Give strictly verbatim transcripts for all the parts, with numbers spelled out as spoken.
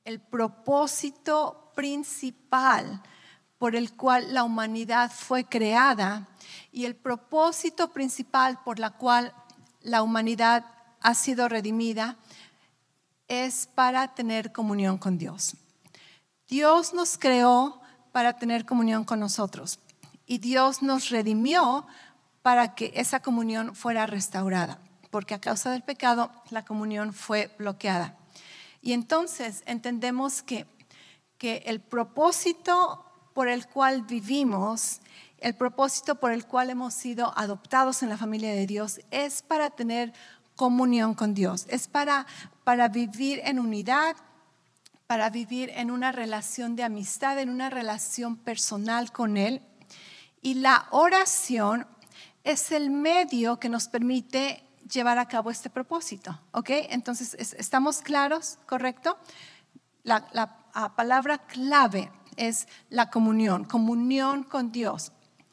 el propósito principal por el cual la humanidad fue creada y el propósito principal por la cual la humanidad ha sido redimida es para tener comunión con Dios. Dios nos creó para tener comunión con nosotros y Dios nos redimió para que esa comunión fuera restaurada, porque a causa del pecado la comunión fue bloqueada. Y entonces entendemos que, que el propósito por el cual vivimos, el propósito por el cual hemos sido adoptados en la familia de Dios es para tener comunión con Dios, es para, para vivir en unidad, para vivir en una relación de amistad, en una relación personal con Él. Y la oración es el medio que nos permite llevar a cabo este propósito, ¿ok? Entonces, ¿estamos claros? ¿Correcto? La, la, la palabra clave es la comunión, comunión con Dios.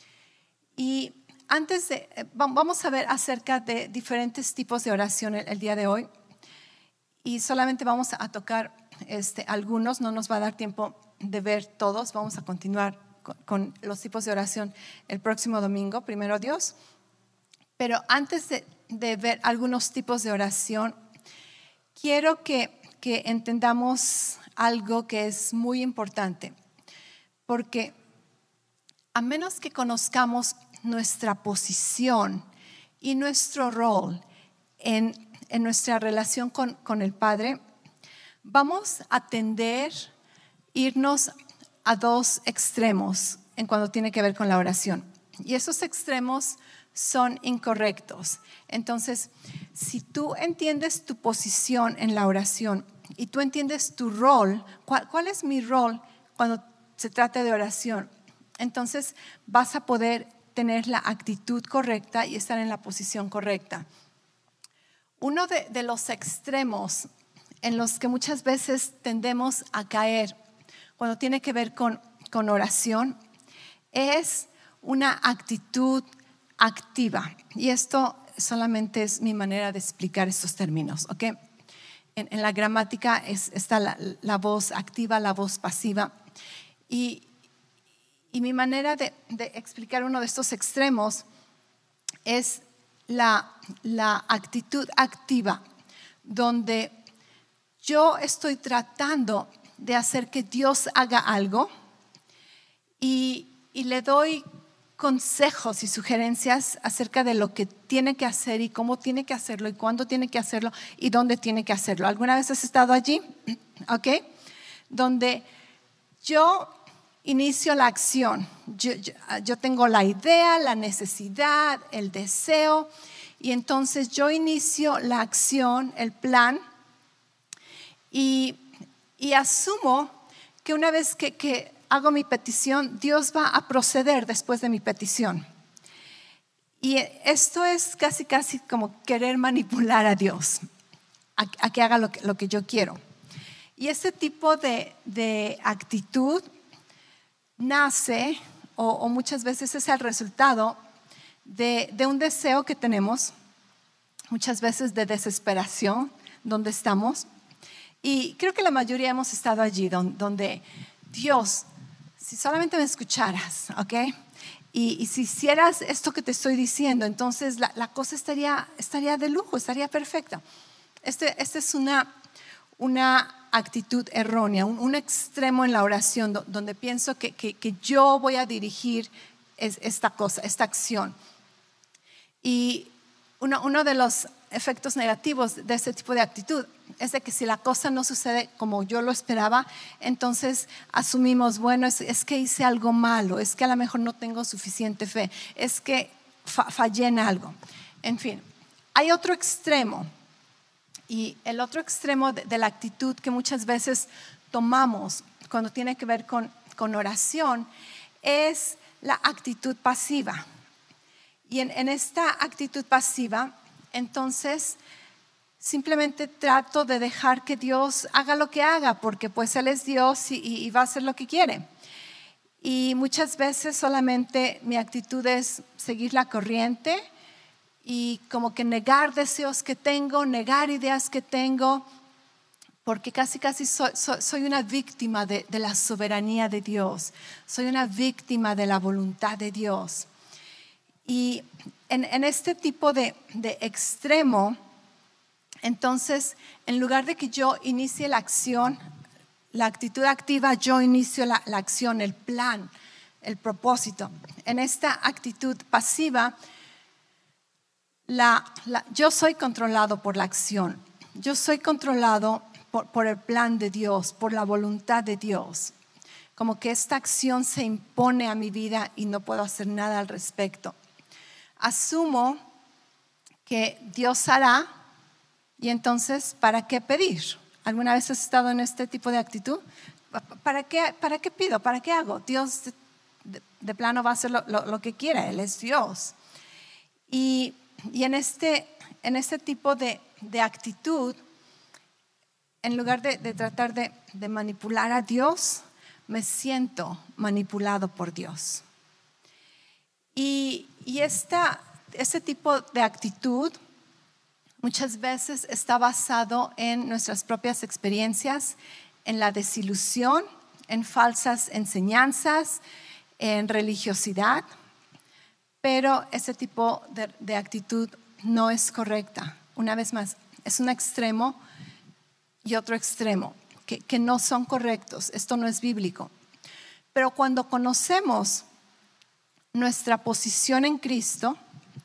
Y antes de, vamos a ver acerca de diferentes tipos de oración el, el día de hoy. Y solamente vamos a tocar este, algunos, no nos va a dar tiempo de ver todos, vamos a continuar con, con los tipos de oración el próximo domingo, primero Dios. Pero antes de, de ver algunos tipos de oración, quiero que, que entendamos algo que es muy importante, porque a menos que conozcamos nuestra posición y nuestro rol en, en nuestra relación con, con el Padre, vamos a tender a irnos a dos extremos en cuanto tiene que ver con la oración. Y esos extremos son incorrectos. Entonces, si tú entiendes tu posición en la oración y tú entiendes tu rol, ¿cuál, cuál es mi rol cuando se trata de oración? Entonces vas a poder tener la actitud correcta y estar en la posición correcta. Uno de, de los extremos en los que muchas veces tendemos a caer cuando tiene que ver con, con oración es una actitud activa. Y esto solamente es mi manera de explicar estos términos, ¿ok? En, en la gramática es, está la, la voz activa, la voz pasiva. Y Y mi manera de, de explicar uno de estos extremos es la, la actitud activa, donde yo estoy tratando de hacer que Dios haga algo y, y le doy consejos y sugerencias acerca de lo que tiene que hacer y cómo tiene que hacerlo y cuándo tiene que hacerlo y dónde tiene que hacerlo. ¿Alguna vez has estado allí? ¿Ok? Donde yo inicio la acción. Yo, yo, yo tengo la idea, la necesidad, el deseo, y entonces yo inicio la acción, el plan, y, y asumo que una vez que, que hago mi petición, Dios va a proceder después de mi petición. Y esto es casi, casi como querer manipular a Dios a, a que haga lo que, lo que yo quiero. Y ese tipo de, de actitud nace o, o muchas veces es el resultado de, de un deseo que tenemos, muchas veces de desesperación, donde estamos. Y creo que la mayoría hemos estado allí, donde, donde Dios, si solamente me escucharas, ¿ok? Y, y si hicieras esto que te estoy diciendo, entonces la, la cosa estaría, estaría de lujo, estaría perfecta. Este, este es una, una actitud errónea, un, un extremo en la oración do, donde pienso que, que, que yo voy a dirigir es, esta cosa, esta acción. Y uno, uno de los efectos negativos de este tipo de actitud es de que si la cosa no sucede como yo lo esperaba, entonces asumimos, bueno, es, es que hice algo malo, es que a lo mejor no tengo suficiente fe, es que fa, fallé en algo. En fin, hay otro extremo. Y el otro extremo de, de la actitud que muchas veces tomamos cuando tiene que ver con, con oración es la actitud pasiva. Y en, en esta actitud pasiva, entonces, simplemente trato de dejar que Dios haga lo que haga, porque pues Él es Dios y, y va a hacer lo que quiere. Y muchas veces solamente mi actitud es seguir la corriente y como que negar deseos que tengo, negar ideas que tengo, porque casi casi soy, soy, soy una víctima de, de la soberanía de Dios, soy una víctima de la voluntad de Dios. Y en, en este tipo de, de extremo, entonces, en lugar de que yo inicie la acción, la actitud activa, yo inicio la, la acción, el plan, el propósito. En esta actitud pasiva, la, la, yo soy controlado por la acción. Yo soy controlado por, por el plan de Dios, por la voluntad de Dios. Como que esta acción se impone a mi vida y no puedo hacer nada al respecto. Asumo que Dios hará y entonces, ¿para qué pedir? ¿Alguna vez has estado en este tipo de actitud? ¿Para qué, para qué pido? ¿Para qué hago? Dios de, de, de plano va a hacer lo, lo, lo que quiera, Él es Dios. Y, y en, este, en este tipo de, de actitud, en lugar de, de tratar de, de manipular a Dios, me siento manipulado por Dios. Y, y esta, este tipo de actitud muchas veces está basado en nuestras propias experiencias, en la desilusión, en falsas enseñanzas, en religiosidad, pero ese tipo de, de actitud no es correcta. Una vez más, es un extremo y otro extremo que, que no son correctos. Esto no es bíblico. Pero cuando conocemos nuestra posición en Cristo,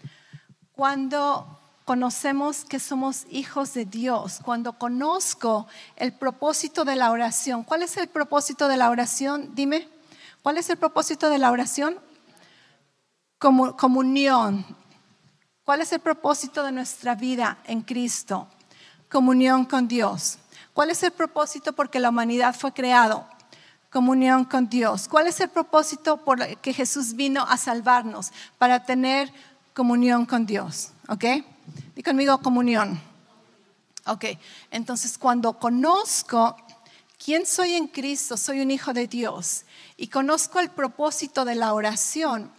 cuando conocemos que somos hijos de Dios, cuando conozco el propósito de la oración. ¿Cuál es el propósito de la oración? Dime, ¿cuál es el propósito de la oración? Comu- comunión. ¿Cuál es el propósito de nuestra vida en Cristo? Comunión con Dios. ¿Cuál es el propósito porque la humanidad fue creado? Comunión con Dios. ¿Cuál es el propósito por el que Jesús vino a salvarnos? Para tener comunión con Dios. ¿Ok? Di conmigo, comunión. Ok, entonces cuando conozco quién soy en Cristo, soy un hijo de Dios y conozco el propósito de la oración,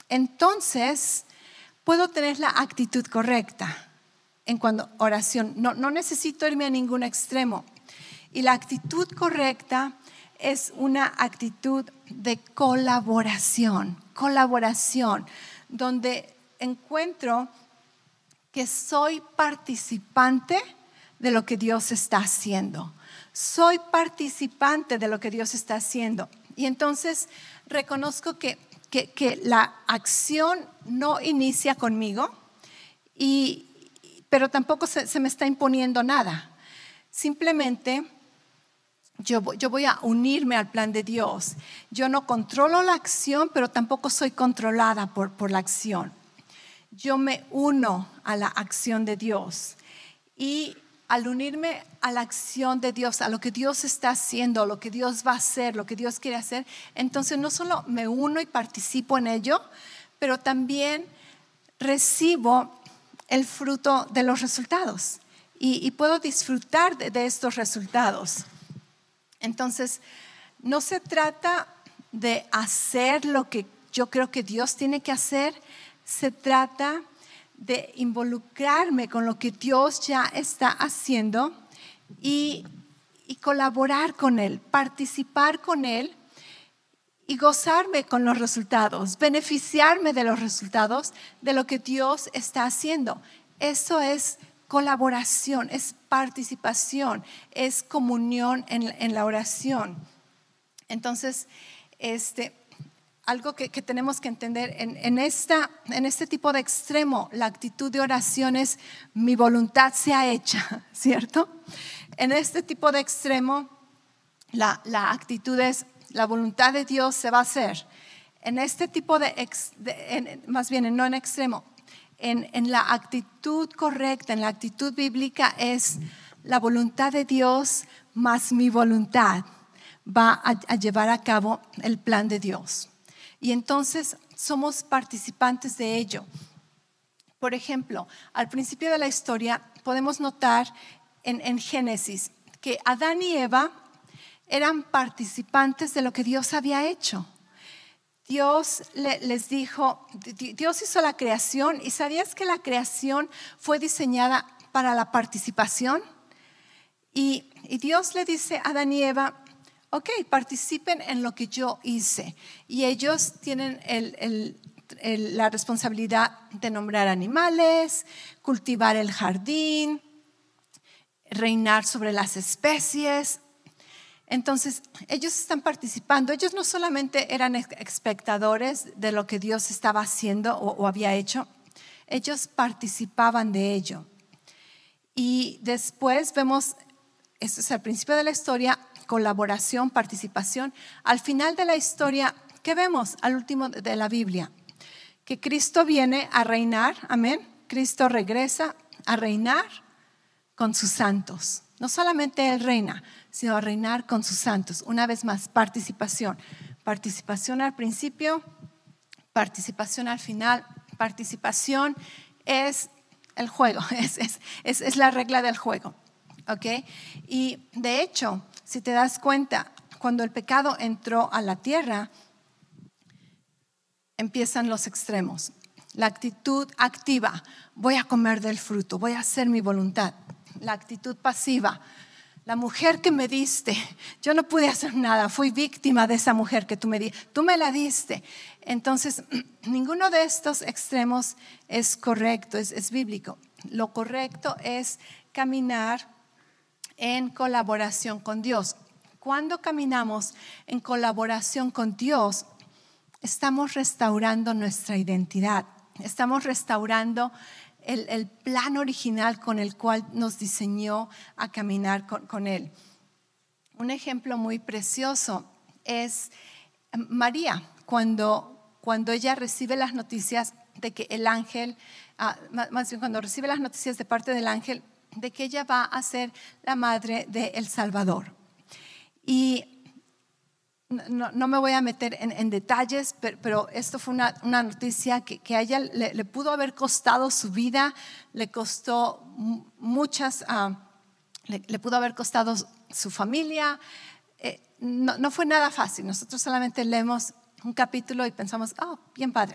entonces puedo tener la actitud correcta en cuanto a oración. No, no necesito irme a ningún extremo. Y la actitud correcta es una actitud de colaboración, colaboración, donde encuentro que soy participante de lo que Dios está haciendo. Soy participante de lo que Dios está haciendo. Y entonces reconozco que, que, que la acción no inicia conmigo, y, pero tampoco se, se me está imponiendo nada. Simplemente yo, yo voy a unirme al plan de Dios. Yo no controlo la acción, pero tampoco soy controlada por, por la acción. Yo me uno a la acción de Dios, y al unirme a la acción de Dios, a lo que Dios está haciendo, lo que Dios va a hacer, lo que Dios quiere hacer, entonces no solo me uno y participo en ello, pero también recibo el fruto de los resultados y, y puedo disfrutar de, de estos resultados. Entonces, no se trata de hacer lo que yo creo que Dios tiene que hacer. Se trata de involucrarme con lo que Dios ya está haciendo y, y colaborar con Él, participar con Él y gozarme con los resultados, beneficiarme de los resultados de lo que Dios está haciendo. Eso es colaboración, es participación, es comunión en, en la oración. Entonces, este... algo que, que tenemos que entender en, en, esta, en este tipo de extremo, la actitud de oración es mi voluntad sea hecha, ¿cierto? En este tipo de extremo, la, la actitud es la voluntad de Dios se va a hacer. En este tipo de, ex, de en, más bien no en extremo, en, en la actitud correcta, en la actitud bíblica es la voluntad de Dios más mi voluntad va a, a llevar a cabo el plan de Dios. Y entonces somos participantes de ello. Por ejemplo, al principio de la historia podemos notar en, en Génesis que Adán y Eva eran participantes de lo que Dios había hecho. Dios le, les dijo, Dios hizo la creación, y ¿sabías que la creación fue diseñada para la participación? Y, y Dios le dice a Adán y Eva, ok, participen en lo que yo hice. Y ellos tienen el, el, el, la responsabilidad de nombrar animales, cultivar el jardín, reinar sobre las especies. Entonces, ellos están participando. Ellos no solamente eran espectadores de lo que Dios estaba haciendo o, o había hecho, ellos participaban de ello. Y después vemos, esto es al principio de la historia, colaboración, participación. Al final de la historia, ¿qué vemos? Al último de la Biblia, que Cristo viene a reinar, amén. Cristo regresa a reinar con sus santos. No solamente Él reina, sino a reinar con sus santos. Una vez más, participación. Participación al principio, participación al final. Participación es el juego, es, es, es, es la regla del juego. ¿Okay? Y de hecho, si te das cuenta, cuando el pecado entró a la tierra, empiezan los extremos. La actitud activa, voy a comer del fruto, voy a hacer mi voluntad. La actitud pasiva, la mujer que me diste, yo no pude hacer nada, fui víctima de esa mujer que tú me diste, tú me la diste. Entonces, ninguno de estos extremos es correcto, es, es bíblico. Lo correcto es caminar en colaboración con Dios. Cuando caminamos en colaboración con Dios, estamos restaurando nuestra identidad, estamos restaurando el, el plan original con el cual nos diseñó a caminar con, con Él. Un ejemplo muy precioso es María, cuando, cuando ella recibe las noticias de que el ángel, ah, más bien cuando recibe las noticias de parte del ángel, de que ella va a ser la madre de El Salvador. Y no, no me voy a meter en, en detalles, pero, pero esto fue una, una noticia que, que a ella le, le pudo haber costado su vida, le costó muchas, uh, le, le pudo haber costado su familia. Eh, no, no fue nada fácil. Nosotros solamente leemos un capítulo y pensamos, oh, bien padre.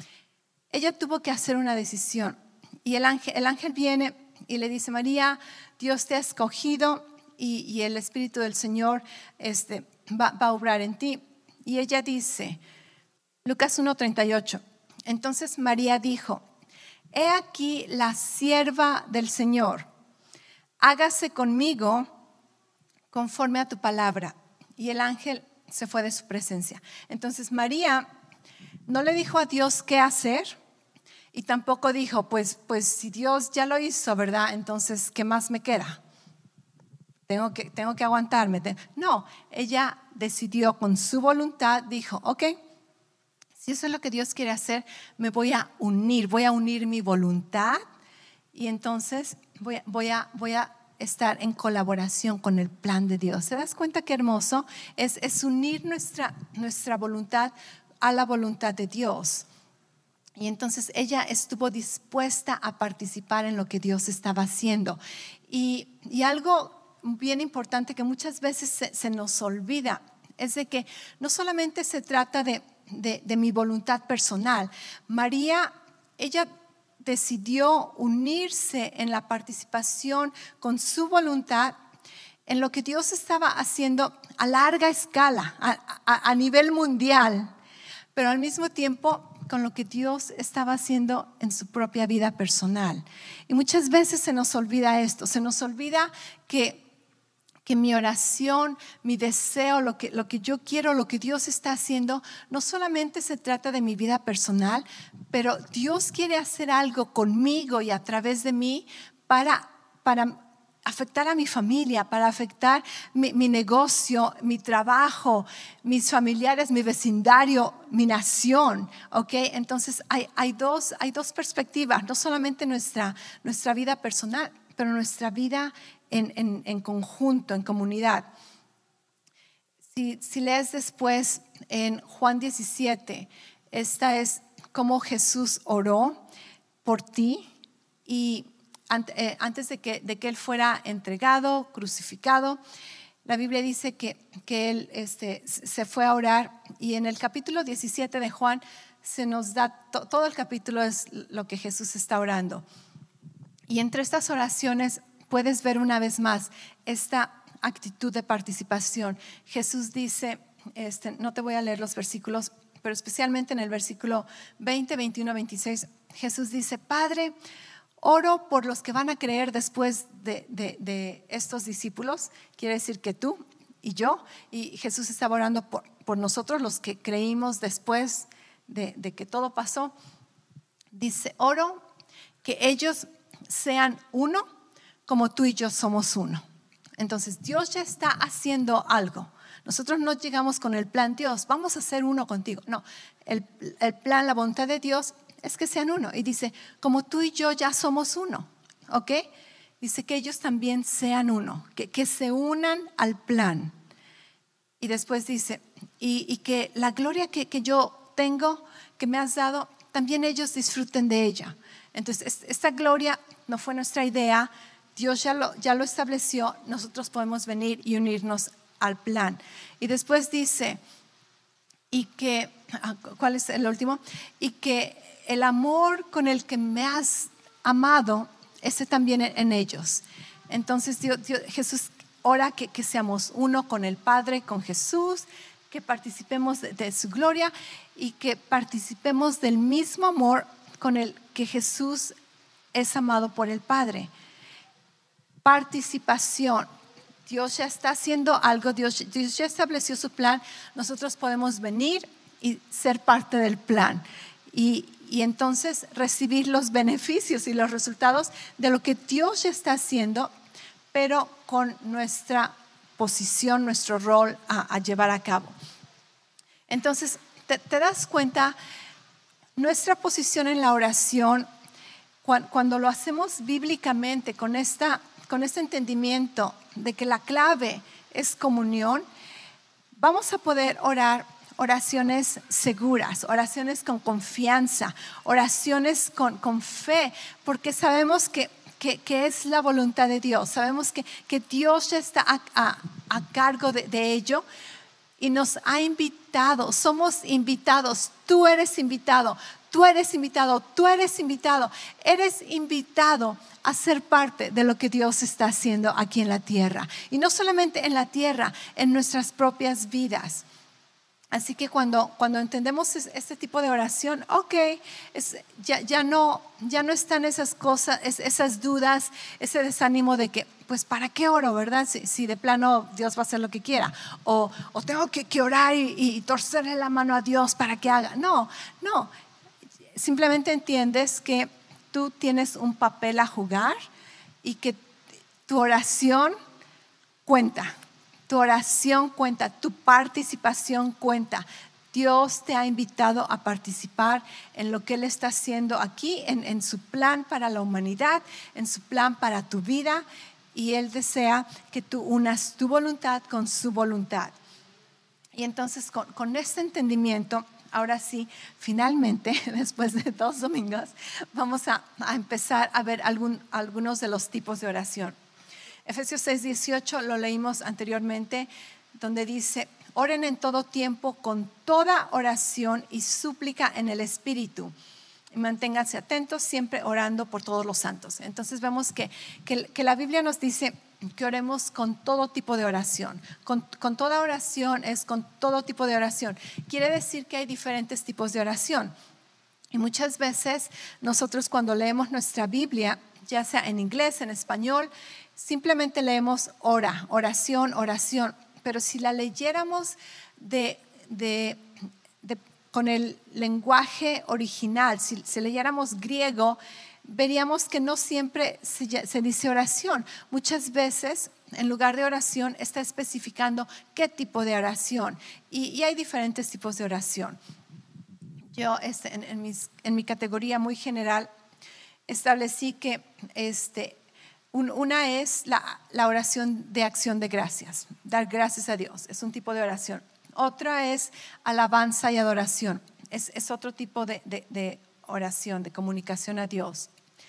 Ella tuvo que hacer una decisión y el ángel, el ángel viene y le dice, María, Dios te ha escogido y, y el Espíritu del Señor este, va, va a obrar en ti. Y ella dice, Lucas uno treinta y ocho, entonces María dijo, he aquí la sierva del Señor, hágase conmigo conforme a tu palabra. Y el ángel se fue de su presencia. Entonces María no le dijo a Dios qué hacer. Y tampoco dijo, pues, pues si Dios ya lo hizo, ¿verdad? Entonces, ¿qué más me queda? Tengo que, tengo que aguantarme. No, ella decidió con su voluntad, dijo, ok, si eso es lo que Dios quiere hacer, me voy a unir, voy a unir mi voluntad y entonces voy, voy, a, voy a estar en colaboración con el plan de Dios. ¿Se das cuenta qué hermoso? Es, es unir nuestra, nuestra voluntad a la voluntad de Dios. Y entonces ella estuvo dispuesta a participar en lo que Dios estaba haciendo. Y, y algo bien importante que muchas veces se, se nos olvida es de que no solamente se trata de, de, de mi voluntad personal. María, ella decidió unirse en la participación con su voluntad en lo que Dios estaba haciendo a larga escala, a, a, a nivel mundial, pero al mismo tiempo con lo que Dios estaba haciendo en su propia vida personal. Y muchas veces se nos olvida esto, se nos olvida que, que mi oración, mi deseo, lo que, lo que yo quiero, lo que Dios está haciendo, no solamente se trata de mi vida personal, pero Dios quiere hacer algo conmigo y a través de mí para, para afectar a mi familia, para afectar mi, mi negocio, mi trabajo, mis familiares, mi vecindario, mi nación, ¿ok? Entonces hay, hay, dos, hay dos perspectivas, no solamente nuestra, nuestra vida personal, pero nuestra vida en, en, en conjunto, en comunidad. Si, si lees después en Juan diecisiete, esta es cómo Jesús oró por ti y antes de que, de que Él fuera entregado, crucificado, la Biblia dice que, que Él este, se fue a orar y en el capítulo diecisiete de Juan se nos da, to, todo el capítulo es lo que Jesús está orando. Y entre estas oraciones puedes ver una vez más esta actitud de participación. Jesús dice, este, no te voy a leer los versículos, pero especialmente en el versículo veinte, veintiuno, veintiséis, Jesús dice: Padre, oro por los que van a creer después de, de, de estos discípulos. Quiere decir que tú y yo, y Jesús estaba orando por, por nosotros, los que creímos después de, de que todo pasó. Dice: oro que ellos sean uno como tú y yo somos uno. Entonces Dios ya está haciendo algo. Nosotros no llegamos con el plan: Dios, vamos a ser uno contigo. No, el, el plan, la voluntad de Dios es que sean uno. Y dice: como tú y yo ya somos uno, ¿ok? Dice que ellos también sean uno, que, que se unan al plan. Y después dice, y, y que la gloria que, que yo tengo, que me has dado, también ellos disfruten de ella. Entonces, esta gloria no fue nuestra idea, Dios ya lo, ya lo estableció, nosotros podemos venir y unirnos al plan. Y después dice, y que, ¿cuál es el último? Y que el amor con el que me has amado, ese también en, en ellos. Entonces Dios, Dios, Jesús ora que, que seamos uno con el Padre, con Jesús, que participemos de, de su gloria y que participemos del mismo amor con el que Jesús es amado por el Padre. Participación. Dios ya está haciendo algo, Dios, Dios ya estableció su plan, nosotros podemos venir y ser parte del plan y, y entonces recibir los beneficios y los resultados de lo que Dios ya está haciendo, pero con nuestra posición, nuestro rol a, a llevar a cabo. Entonces, te, te das cuenta, nuestra posición en la oración, cuando, cuando lo hacemos bíblicamente, con, esta, con este entendimiento de que la clave es comunión, vamos a poder orar oraciones seguras, oraciones con confianza, oraciones con, con fe, porque sabemos que, que, que es la voluntad de Dios, sabemos que, que Dios ya está a, a, a cargo de, de ello y nos ha invitado, somos invitados, tú eres invitado, tú eres invitado, tú eres invitado, eres invitado a ser parte de lo que Dios está haciendo aquí en la tierra. Y no solamente en la tierra, en nuestras propias vidas. Así que cuando, cuando entendemos este tipo de oración, ok, es, ya, ya, no, ya no están esas cosas, es, esas dudas, ese desánimo de que, pues, ¿para qué oro, verdad? Si, si de plano Dios va a hacer lo que quiera. O, o tengo que, que orar y, y torcerle la mano a Dios para que haga. No, no. Simplemente entiendes que tú tienes un papel a jugar y que tu oración cuenta. Tu oración cuenta, tu participación cuenta. Dios te ha invitado a participar en lo que Él está haciendo aquí, en, en su plan para la humanidad, en su plan para tu vida, y Él desea que tú unas tu voluntad con su voluntad. Y entonces con, con este entendimiento, ahora sí, finalmente, después de dos domingos, vamos a, a empezar a ver algún, algunos de los tipos de oración. Efesios seis dieciocho lo leímos anteriormente, donde dice: oren en todo tiempo con toda oración y súplica en el Espíritu. Y manténganse atentos, siempre orando por todos los santos. Entonces vemos que, que, que la Biblia nos dice que oremos con todo tipo de oración. Con, con toda oración es con todo tipo de oración. Quiere decir que hay diferentes tipos de oración. Y muchas veces nosotros cuando leemos nuestra Biblia, ya sea en inglés, en español, simplemente leemos ora, oración, oración. Pero si la leyéramos de, de, de, con el lenguaje original, si, si leyéramos griego, veríamos que no siempre se, se dice oración. Muchas veces, en lugar de oración, está especificando qué tipo de oración. Y, y hay diferentes tipos de oración. Yo, este, en, en, mis, en mi categoría muy general, establecí que este, un, una es la, la oración de acción de gracias, dar gracias a Dios, es un tipo de oración. Otra es alabanza y adoración, es, es otro tipo de, de, de oración, de comunicación a Dios.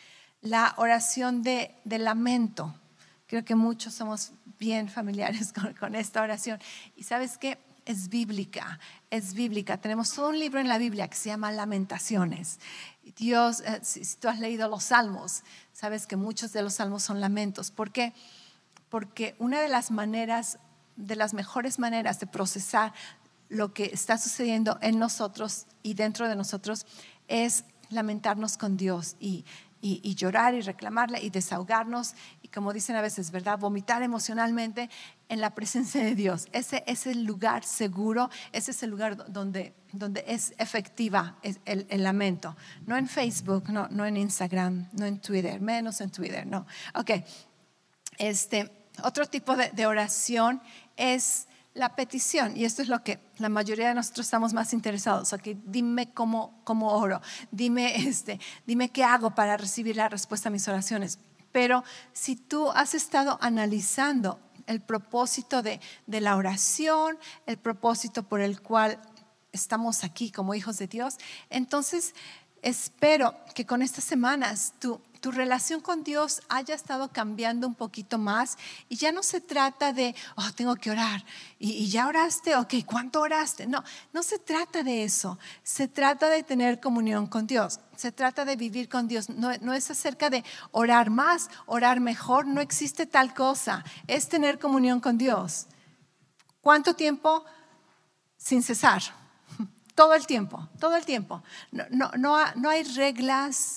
La oración de, de lamento, creo que muchos somos bien familiares con, con esta oración. Y ¿sabes qué? es bíblica, es bíblica. Tenemos todo un libro en la Biblia que se llama Lamentaciones. Dios, eh, si, si tú has leído los Salmos, sabes que muchos de los Salmos son lamentos. ¿Por qué? Porque una de las maneras, de las mejores maneras de procesar lo que está sucediendo en nosotros y dentro de nosotros es lamentarnos con Dios y, y, y llorar y reclamarle y desahogarnos y, como dicen a veces, ¿verdad?, vomitar emocionalmente en la presencia de Dios. Ese es el lugar seguro, ese es el lugar donde, donde es efectiva el, el lamento. No en Facebook, no, no en Instagram, no en Twitter, menos en Twitter, no. Ok, este, otro tipo de, de oración es la petición, y esto es lo que la mayoría de nosotros estamos más interesados. Okay, dime cómo, cómo oro, dime, este, dime qué hago para recibir la respuesta a mis oraciones. Pero si tú has estado analizando el propósito de, de la oración, el propósito por el cual estamos aquí como hijos de Dios, entonces espero que con estas semanas tú tu relación con Dios haya estado cambiando un poquito más y ya no se trata de, oh, tengo que orar y, y ya oraste, ok, ¿cuánto oraste? No, no se trata de eso, se trata de tener comunión con Dios, se trata de vivir con Dios, no, no es acerca de orar más, orar mejor, no existe tal cosa, es tener comunión con Dios. ¿Cuánto tiempo? Sin cesar, todo el tiempo, todo el tiempo, no, no, no, no hay reglas.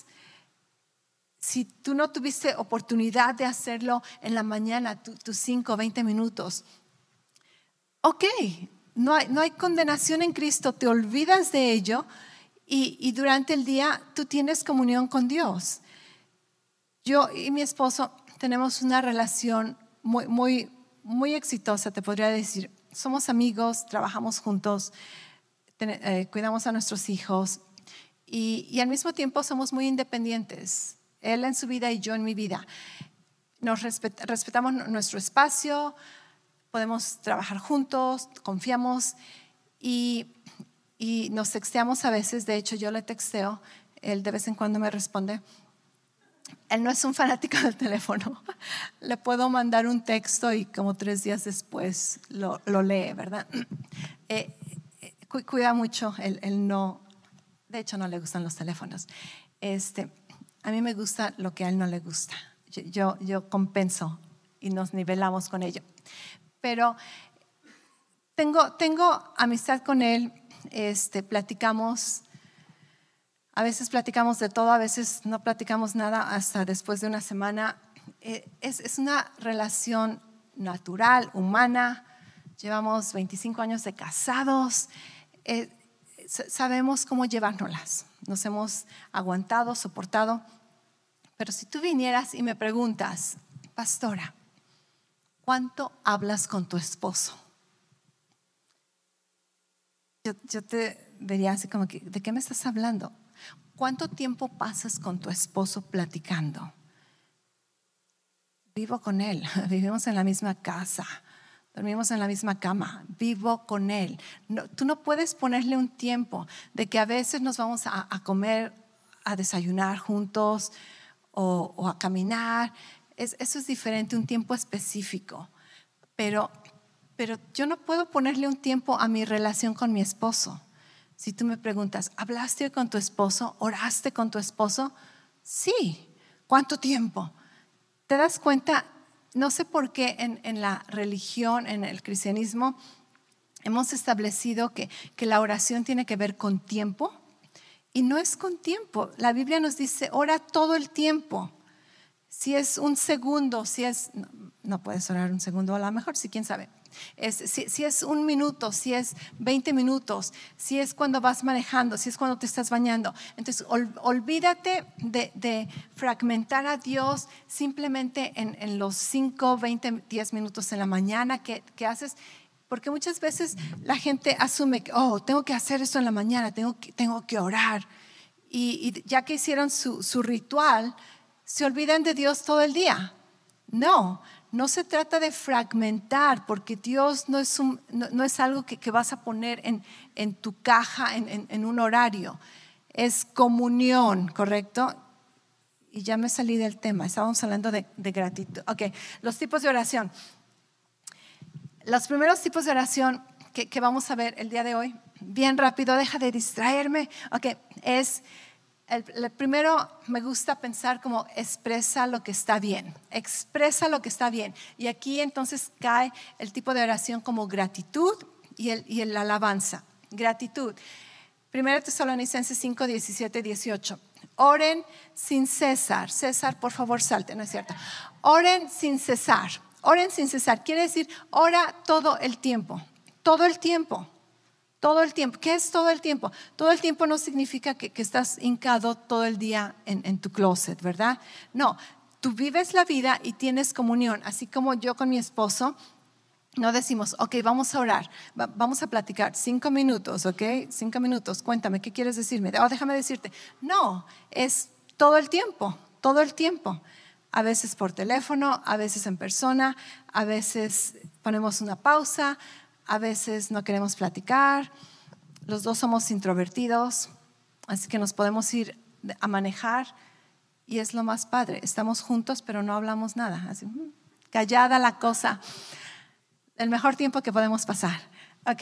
Si tú no tuviste oportunidad de hacerlo en la mañana, tus cinco o veinte minutos, ok, no hay, no hay condenación en Cristo, te olvidas de ello y, y durante el día tú tienes comunión con Dios. Yo y mi esposo tenemos una relación muy, muy, muy exitosa, te podría decir. Somos amigos, trabajamos juntos, ten, eh, cuidamos a nuestros hijos y, y al mismo tiempo somos muy independientes. Él en su vida y yo en mi vida. Nos respet, respetamos nuestro espacio, podemos trabajar juntos, confiamos y, y nos texteamos a veces. De hecho, yo le texteo, él de vez en cuando me responde. Él no es un fanático del teléfono. Le puedo mandar un texto y como tres días después lo, lo lee, ¿verdad? Eh, eh, cuida mucho, él, él no, de hecho no le gustan los teléfonos. Este... A mí me gusta lo que a él no le gusta. Yo, yo, yo compenso y nos nivelamos con ello. Pero tengo, tengo amistad con él, este, platicamos, a veces platicamos de todo, a veces no platicamos nada hasta después de una semana. Eh, es, es una relación natural, humana. Llevamos veinticinco años de casados. Eh, sabemos cómo llevárnoslas. Nos hemos aguantado, soportado. Pero si tú vinieras y me preguntas, pastora, ¿cuánto hablas con tu esposo? Yo, yo te vería así como que, ¿de qué me estás hablando? ¿Cuánto tiempo pasas con tu esposo platicando? Vivo con él, vivimos en la misma casa, dormimos en la misma cama, vivo con él. No, tú no puedes ponerle un tiempo de que a veces nos vamos a, a comer, a desayunar juntos o, o a caminar. Es, eso es diferente, un tiempo específico. Pero, pero yo no puedo ponerle un tiempo a mi relación con mi esposo. Si tú me preguntas, ¿hablaste con tu esposo? ¿Oraste con tu esposo? Sí. ¿Cuánto tiempo? ¿Te das cuenta? No sé por qué en, en la religión, en el cristianismo, hemos establecido que, que la oración tiene que ver con tiempo. Y no es con tiempo. La Biblia nos dice, ora todo el tiempo. Si es un segundo, si es, no, no puedes orar un segundo, a lo mejor sí, quién sabe. Es, si, si es un minuto, si es veinte minutos, si es cuando vas manejando, si es cuando te estás bañando. Entonces, ol, olvídate de, de fragmentar a Dios simplemente en, en los cinco, veinte, diez minutos en la mañana que, que haces. Porque muchas veces la gente asume que, oh, tengo que hacer esto en la mañana, tengo que, tengo que orar. Y, y ya que hicieron su, su ritual, se olvidan de Dios todo el día. No, no se trata de fragmentar, porque Dios no es, un, no, no es algo que, que vas a poner en, en tu caja, en, en, en un horario. Es comunión, ¿correcto? Y ya me salí del tema, estábamos hablando de, de gratitud. Ok, los tipos de oración. Los primeros tipos de oración que, que vamos a ver el día de hoy, bien rápido, deja de distraerme. Ok, es, el, el primero me gusta pensar como expresa lo que está bien, expresa lo que está bien. Y aquí entonces cae el tipo de oración como gratitud y el, y el alabanza. Gratitud. Primera Tesalonicenses cinco, diecisiete, dieciocho. Oren sin cesar. César, por favor, salte, ¿no es cierto? Oren sin cesar. Oren sin cesar. Quiere decir, ora todo el tiempo. Todo el tiempo. Todo el tiempo. ¿Qué es todo el tiempo? Todo el tiempo no significa que, que estás hincado todo el día en, en tu closet, ¿verdad? No, tú vives la vida y tienes comunión. Así como yo con mi esposo. No decimos, ok, vamos a orar, va, vamos a platicar, cinco minutos, ok, cinco minutos, cuéntame, ¿qué quieres decirme? Oh, déjame decirte. No, es todo el tiempo, todo el tiempo. A veces por teléfono, a veces en persona, a veces ponemos una pausa, a veces no queremos platicar. Los dos somos introvertidos, así que nos podemos ir a manejar y es lo más padre. Estamos juntos, pero no hablamos nada, así, callada la cosa. El mejor tiempo que podemos pasar. Ok.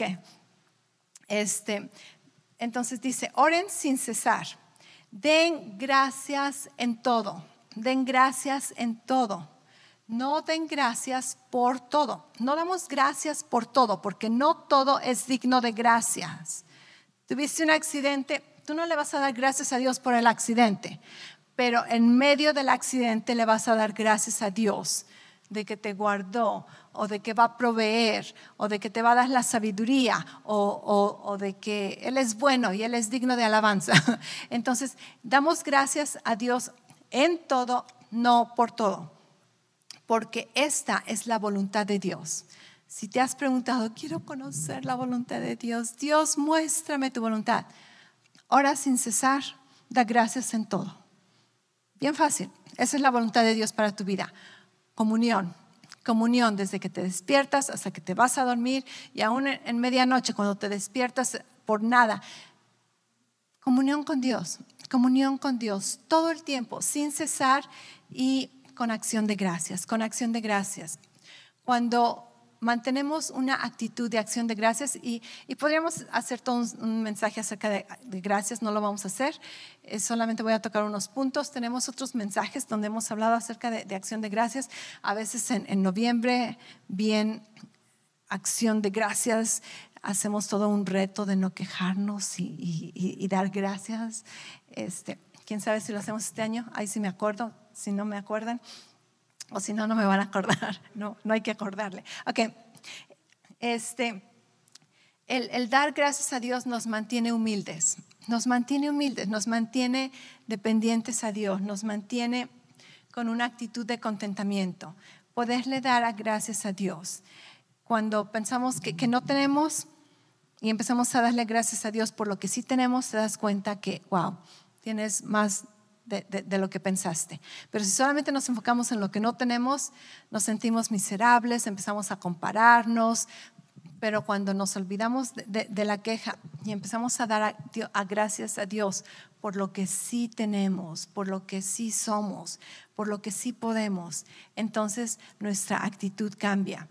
Este, entonces dice, oren sin cesar. Den gracias en todo. Den gracias en todo. No den gracias por todo. No damos gracias por todo, porque no todo es digno de gracias. Tuviste un accidente, tú no le vas a dar gracias a Dios por el accidente, pero en medio del accidente le vas a dar gracias a Dios de que te guardó, o de que va a proveer, o de que te va a dar la sabiduría, o, o, o de que Él es bueno y Él es digno de alabanza. Entonces, damos gracias a Dios en todo, no por todo, porque esta es la voluntad de Dios. Si te has preguntado, quiero conocer la voluntad de Dios, Dios, muéstrame tu voluntad. Ora sin cesar, da gracias en todo. Bien fácil, esa es la voluntad de Dios para tu vida. Comunión, comunión desde que te despiertas hasta que te vas a dormir y aún en medianoche cuando te despiertas por nada. Comunión con Dios, comunión con Dios todo el tiempo, sin cesar y con acción de gracias, con acción de gracias. Cuando mantenemos una actitud de acción de gracias y, y podríamos hacer todo un, un mensaje acerca de, de gracias, no lo vamos a hacer, eh, solamente voy a tocar unos puntos. Tenemos otros mensajes donde hemos hablado acerca de, de acción de gracias, a veces en, en noviembre, bien acción de gracias, hacemos todo un reto de no quejarnos y, y, y, y dar gracias. Este, quién sabe si lo hacemos este año, ahí sí me acuerdo, si no me acuerdan. O si no, no me van a acordar. No, no hay que acordarle. Ok. Este, el, el dar gracias a Dios nos mantiene humildes. Nos mantiene humildes, nos mantiene dependientes a Dios, nos mantiene con una actitud de contentamiento. Poderle dar gracias a Dios. Cuando pensamos que, que no tenemos y empezamos a darle gracias a Dios por lo que sí tenemos, te das cuenta que, wow, tienes más De, de, de lo que pensaste. Pero si solamente nos enfocamos en lo que no tenemos, nos sentimos miserables, empezamos a compararnos. Pero cuando nos olvidamos de, de, de la queja y empezamos a dar a, a gracias a Dios por lo que sí tenemos, por lo que sí somos, por lo que sí podemos, entonces nuestra actitud cambia.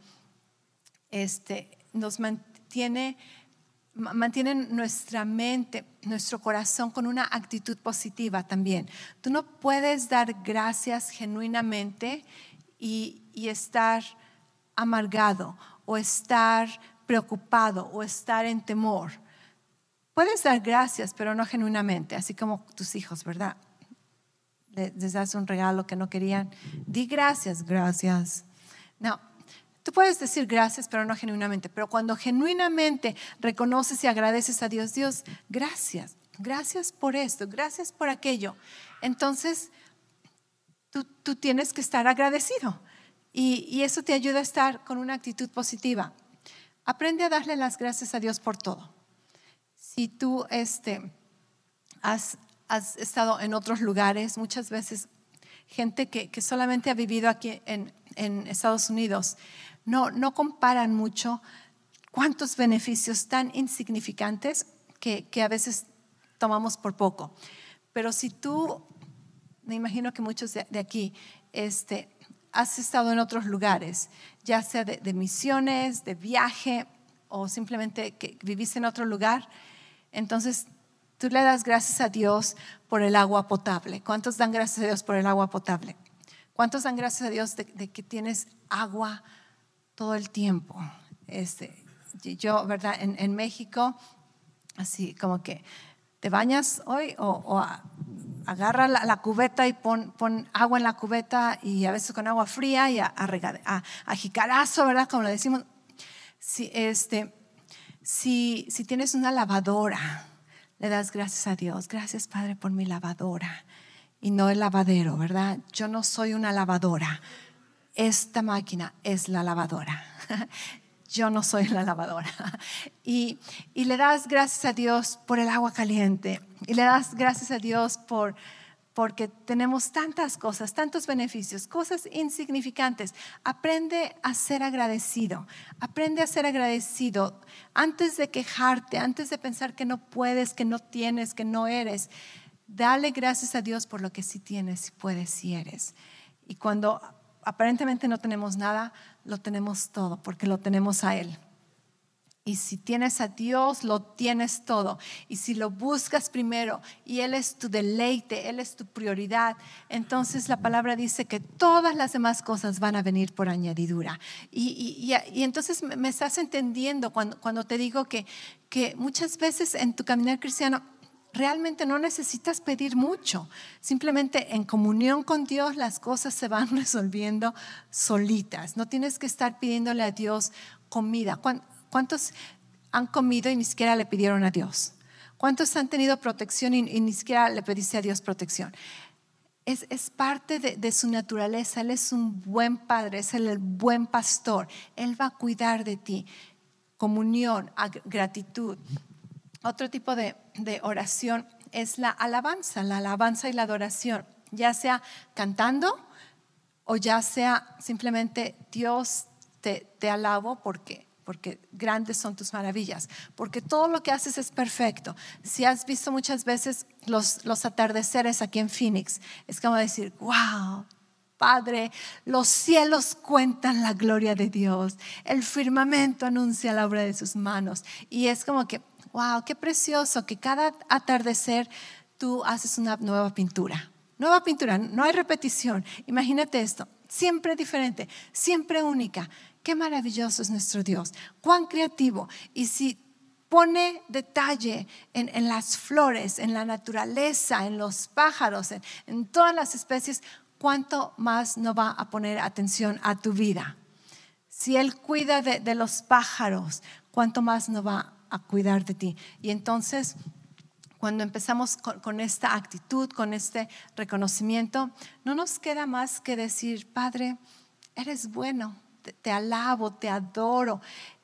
Este, nos mantiene Mantienen nuestra mente, nuestro corazón con una actitud positiva también. Tú no puedes dar gracias genuinamente y, y estar amargado o estar preocupado o estar en temor. Puedes dar gracias, pero no genuinamente, así como tus hijos, ¿verdad? Les das un regalo que no querían. Di gracias, gracias. No. Tú puedes decir gracias, pero no genuinamente. Pero cuando genuinamente reconoces y agradeces a Dios, Dios, gracias, gracias por esto, gracias por aquello. Entonces, tú, tú tienes que estar agradecido. Y, y eso te ayuda a estar con una actitud positiva. Aprende a darle las gracias a Dios por todo. Si tú este, has, has estado en otros lugares, muchas veces gente que, que solamente ha vivido aquí en, en Estados Unidos, No, no comparan mucho cuántos beneficios tan insignificantes que, que a veces tomamos por poco. Pero si tú, me imagino que muchos de, de aquí este, has estado en otros lugares, ya sea de, de misiones, de viaje o simplemente que viviste en otro lugar, entonces tú le das gracias a Dios por el agua potable. ¿Cuántos dan gracias a Dios por el agua potable? ¿Cuántos dan gracias a Dios de, de que tienes agua todo el tiempo? Este, yo, ¿verdad? En, en México, así como que te bañas hoy o, o a, agarra la, la cubeta y pon, pon agua en la cubeta, y a veces con agua fría y a, a, a, a jicarazo, ¿verdad? Como lo decimos. Si, este, si, si tienes una lavadora, le das gracias a Dios. Gracias, Padre, por mi lavadora y no el lavadero, ¿verdad? Yo no soy una lavadora. Esta máquina es la lavadora. Yo no soy la lavadora. Y, y le das gracias a Dios por el agua caliente. Y le das gracias a Dios por, porque tenemos tantas cosas, tantos beneficios, cosas insignificantes. Aprende a ser agradecido. Aprende a ser agradecido. Antes de quejarte, antes de pensar que no puedes, que no tienes, que no eres, dale gracias a Dios por lo que sí tienes, sí puedes, sí eres. Y cuando aparentemente no tenemos nada, lo tenemos todo, porque lo tenemos a Él. Y si tienes a Dios, lo tienes todo. Y si lo buscas primero y Él es tu deleite, Él es tu prioridad, entonces la palabra dice que todas las demás cosas van a venir por añadidura. Y, y, y, y entonces me estás entendiendo cuando, cuando te digo que, que muchas veces en tu caminar cristiano realmente no necesitas pedir mucho. Simplemente en comunión con Dios las cosas se van resolviendo solitas. No tienes que estar pidiéndole a Dios comida. ¿Cuántos han comido y ni siquiera le pidieron a Dios? ¿Cuántos han tenido protección y, y ni siquiera le pediste a Dios protección? Es, es parte de, de su naturaleza. Él es un buen padre, es el, el buen pastor. Él va a cuidar de ti. Comunión, gratitud. Otro tipo de, de oración es la alabanza, la alabanza y la adoración, ya sea cantando o ya sea simplemente Dios te, te alabo porque, porque grandes son tus maravillas, porque todo lo que haces es perfecto. Si has visto muchas veces los, los atardeceres aquí en Phoenix, es como decir, wow, Padre, los cielos cuentan la gloria de Dios, el firmamento anuncia la obra de sus manos, y es como que wow, qué precioso que cada atardecer tú haces una nueva pintura. Nueva pintura, no hay repetición. Imagínate esto, siempre diferente, siempre única. Qué maravilloso es nuestro Dios, cuán creativo. Y si pone detalle en, en las flores, en la naturaleza, en los pájaros, en, en todas las especies, ¿cuánto más no va a poner atención a tu vida? Si Él cuida de, de los pájaros, ¿cuánto más no va a a cuidar de ti? Y entonces cuando empezamos con, con esta actitud, con este reconocimiento, no nos queda más que decir, Padre, eres bueno, te, te alabo, te adoro.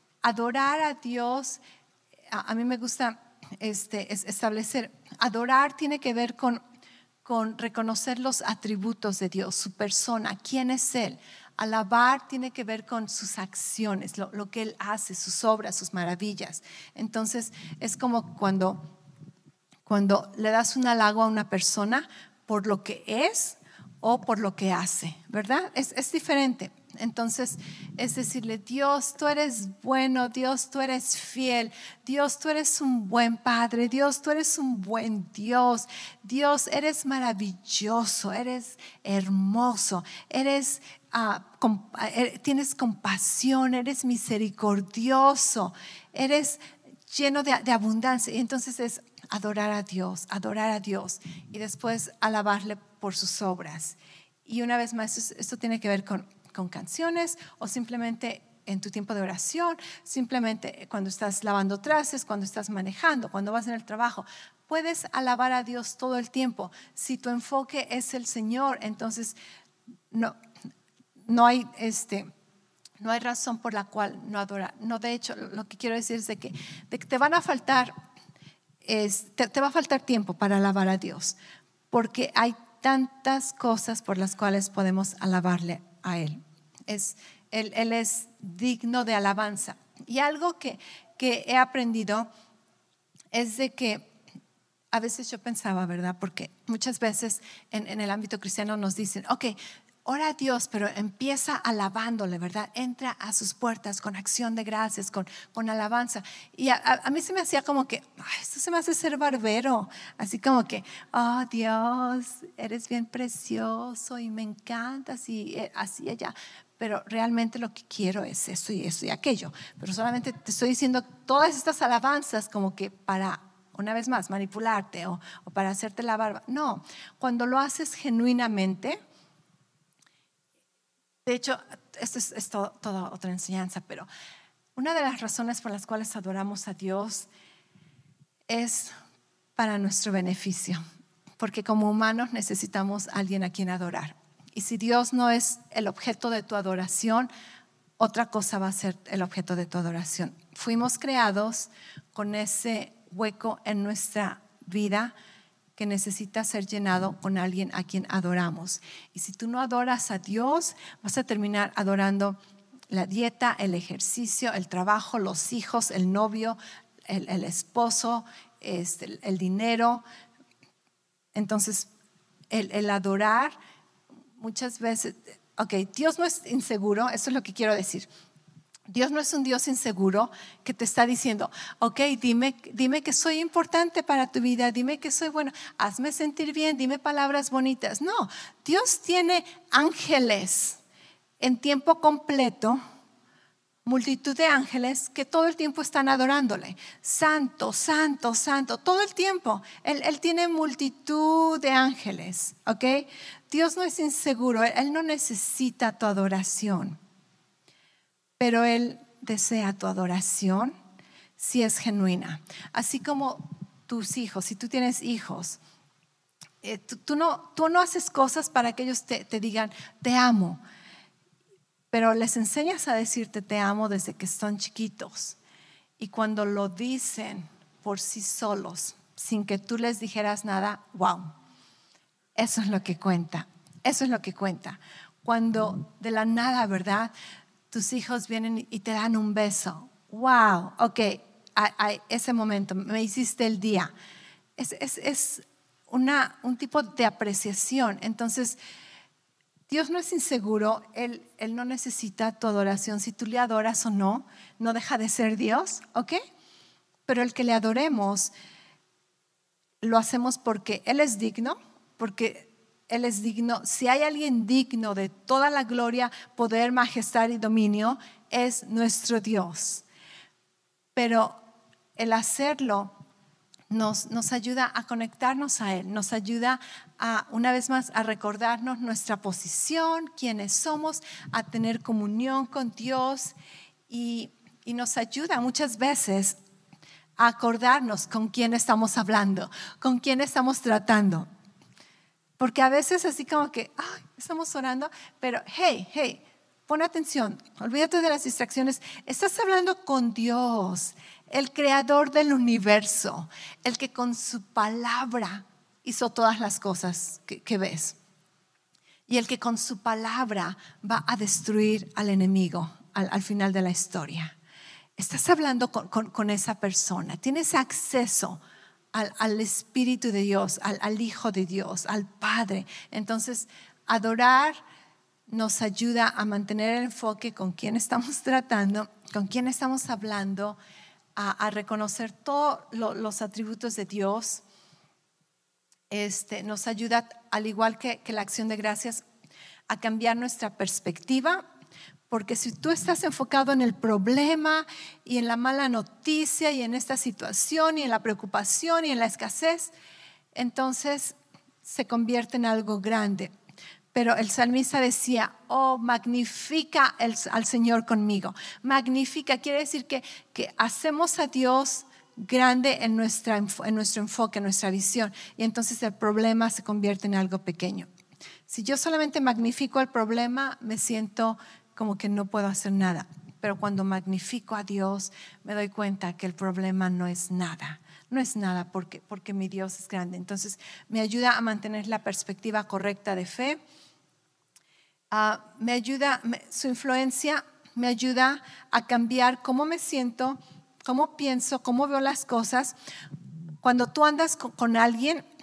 Adorar a Dios, a, a mí me gusta este, es establecer, adorar tiene que ver con, con reconocer los atributos de Dios, su persona, quién es Él. Alabar tiene que ver con sus acciones, lo, lo que Él hace, sus obras, sus maravillas. Entonces es como cuando, cuando le das un halago a una persona por lo que es o por lo que hace, ¿verdad? Es, es diferente. Entonces es decirle, Dios, tú eres bueno, Dios, tú eres fiel, Dios, tú eres un buen Padre, Dios, tú eres un buen Dios, Dios, eres maravilloso, eres hermoso, eres, uh, comp- tienes compasión, eres misericordioso, eres lleno de, de abundancia. Y entonces es adorar a Dios, adorar a Dios y después alabarle por sus obras. Y una vez más, esto, esto tiene que ver con con canciones o simplemente en tu tiempo de oración, simplemente cuando estás lavando trastes, cuando estás manejando, cuando vas en el trabajo. Puedes alabar a Dios todo el tiempo. Si tu enfoque es el Señor, entonces no, no hay este, no hay razón por la cual no adorar. No, de hecho, lo que quiero decir es de que, de que te van a faltar, es, te, te va a faltar tiempo para alabar a Dios, porque hay tantas cosas por las cuales podemos alabarle a Él. Es, él, él es digno de alabanza. Y algo que, que he aprendido es de que a veces yo pensaba, ¿verdad? Porque muchas veces en, en el ámbito cristiano nos dicen, ok, ora a Dios, pero empieza alabándole, ¿verdad? Entra a sus puertas con acción de gracias, con, con alabanza. Y a, a, a mí se me hacía como que, ay, esto se me hace ser barbero. Así como que, oh Dios, eres bien precioso y me encantas y así allá. Pero realmente lo que quiero es esto y eso y aquello. Pero solamente te estoy diciendo todas estas alabanzas como que para, una vez más, manipularte o, o para hacerte la barba. No, cuando lo haces genuinamente. De hecho, esto es, es todo, toda otra enseñanza, pero una de las razones por las cuales adoramos a Dios es para nuestro beneficio, porque como humanos necesitamos a alguien a quien adorar. Y si Dios no es el objeto de tu adoración, otra cosa va a ser el objeto de tu adoración. Fuimos creados con ese hueco en nuestra vida que necesita ser llenado con alguien a quien adoramos. Y si tú no adoras a Dios, vas a terminar adorando la dieta, el ejercicio, el trabajo, los hijos, el novio, el, el esposo, este, el, el dinero. Entonces, el, el adorar muchas veces, ok, Dios no es inseguro, eso es lo que quiero decir. Dios no es un Dios inseguro que te está diciendo, ok, dime, dime que soy importante para tu vida, dime que soy bueno, hazme sentir bien, dime palabras bonitas. No, Dios tiene ángeles en tiempo completo, multitud de ángeles que todo el tiempo están adorándole. Santo, santo, santo, todo el tiempo. Él, él tiene multitud de ángeles, ok. Dios no es inseguro, Él no necesita tu adoración. Pero Él desea tu adoración si es genuina. Así como tus hijos, si tú tienes hijos, eh, tú, tú, no, tú no haces cosas para que ellos te, te digan, te amo. Pero les enseñas a decirte te amo desde que son chiquitos. Y cuando lo dicen por sí solos, sin que tú les dijeras nada, wow, eso es lo que cuenta. Eso es lo que cuenta. Cuando de la nada, ¿verdad?, tus hijos vienen y te dan un beso. Wow, ok, a, a ese momento me hiciste el día. Es, es, es una, un tipo de apreciación. Entonces, Dios no es inseguro, él, él no necesita tu adoración. Si tú le adoras o no, no deja de ser Dios, ok. Pero el que le adoremos, lo hacemos porque Él es digno, porque Él es digno. Si hay alguien digno de toda la gloria, poder, majestad y dominio, es nuestro Dios. Pero el hacerlo nos, nos ayuda a conectarnos a Él, nos ayuda a, una vez más, a recordarnos nuestra posición, quiénes somos, a tener comunión con Dios y, y nos ayuda muchas veces a acordarnos con quién estamos hablando, con quién estamos tratando. Porque a veces así como que, ay, estamos orando, pero hey, hey, pon atención, olvídate de las distracciones. Estás hablando con Dios, el creador del universo, el que con su palabra hizo todas las cosas que, que ves. Y el que con su palabra va a destruir al enemigo al, al final de la historia. Estás hablando con, con, con esa persona, tienes acceso Al, al Espíritu de Dios, al, al Hijo de Dios, al Padre. Entonces, adorar nos ayuda a mantener el enfoque con quién estamos tratando, con quién estamos hablando, a, a reconocer todos lo, los atributos de Dios. Este, nos ayuda, al igual que, que la acción de gracias, a cambiar nuestra perspectiva. Porque si tú estás enfocado en el problema y en la mala noticia y en esta situación y en la preocupación y en la escasez, entonces se convierte en algo grande. Pero el salmista decía, oh, magnifica el, al Señor conmigo. Magnifica, quiere decir que, que hacemos a Dios grande en, nuestra, en nuestro enfoque, en nuestra visión. Y entonces el problema se convierte en algo pequeño. Si yo solamente magnifico el problema, me siento como que no puedo hacer nada. Pero cuando magnifico a Dios, me doy cuenta que el problema no es nada. No es nada porque, porque mi Dios es grande. Entonces, me ayuda a mantener la perspectiva correcta de fe. Uh, me ayuda, me, su influencia me ayuda a cambiar cómo me siento, cómo pienso, cómo veo las cosas. Cuando tú andas con, con alguien,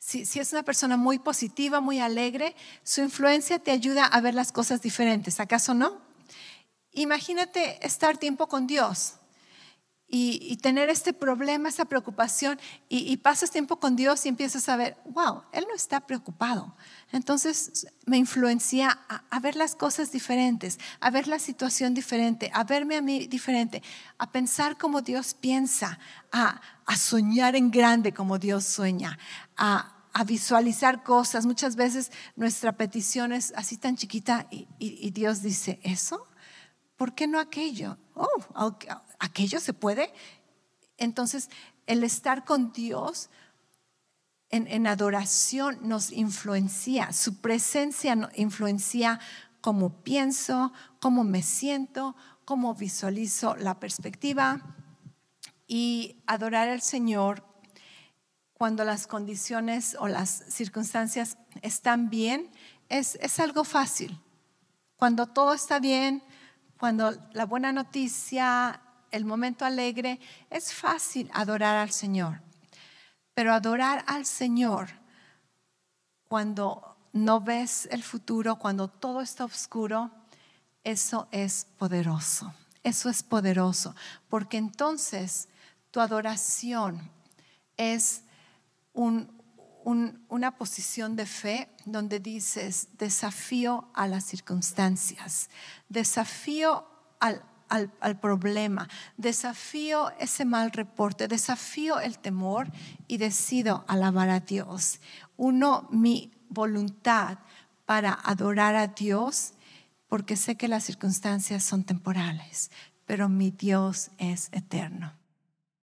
Si, si es una persona muy positiva, muy alegre, su influencia te ayuda a ver las cosas diferentes, ¿acaso no? Imagínate estar tiempo con Dios y, y tener este problema, esta preocupación, y, y pasas tiempo con Dios y empiezas a ver, wow, Él no está preocupado. Entonces me influencia a, a ver las cosas diferentes, a ver la situación diferente, a verme a mí diferente, a pensar como Dios piensa, a, a soñar en grande como Dios sueña, a, a visualizar cosas. Muchas veces nuestra petición es así tan chiquita y, y, y Dios dice, ¿eso? ¿Por qué no aquello? Oh, ¿aquello se puede? Entonces, el estar con Dios en, en adoración nos influencia, su presencia nos influencia cómo pienso, cómo me siento, cómo visualizo la perspectiva. Y adorar al Señor cuando las condiciones o las circunstancias están bien es, es algo fácil. Cuando todo está bien, cuando la buena noticia, el momento alegre, es fácil adorar al Señor. Pero adorar al Señor cuando no ves el futuro, cuando todo está oscuro, eso es poderoso. Eso es poderoso, porque entonces tu adoración es un, un, una posición de fe donde dices, desafío a las circunstancias, desafío al, al, al problema, desafío ese mal reporte, desafío el temor y decido alabar a Dios. Uno, mi voluntad para adorar a Dios, porque sé que las circunstancias son temporales, pero mi Dios es eterno.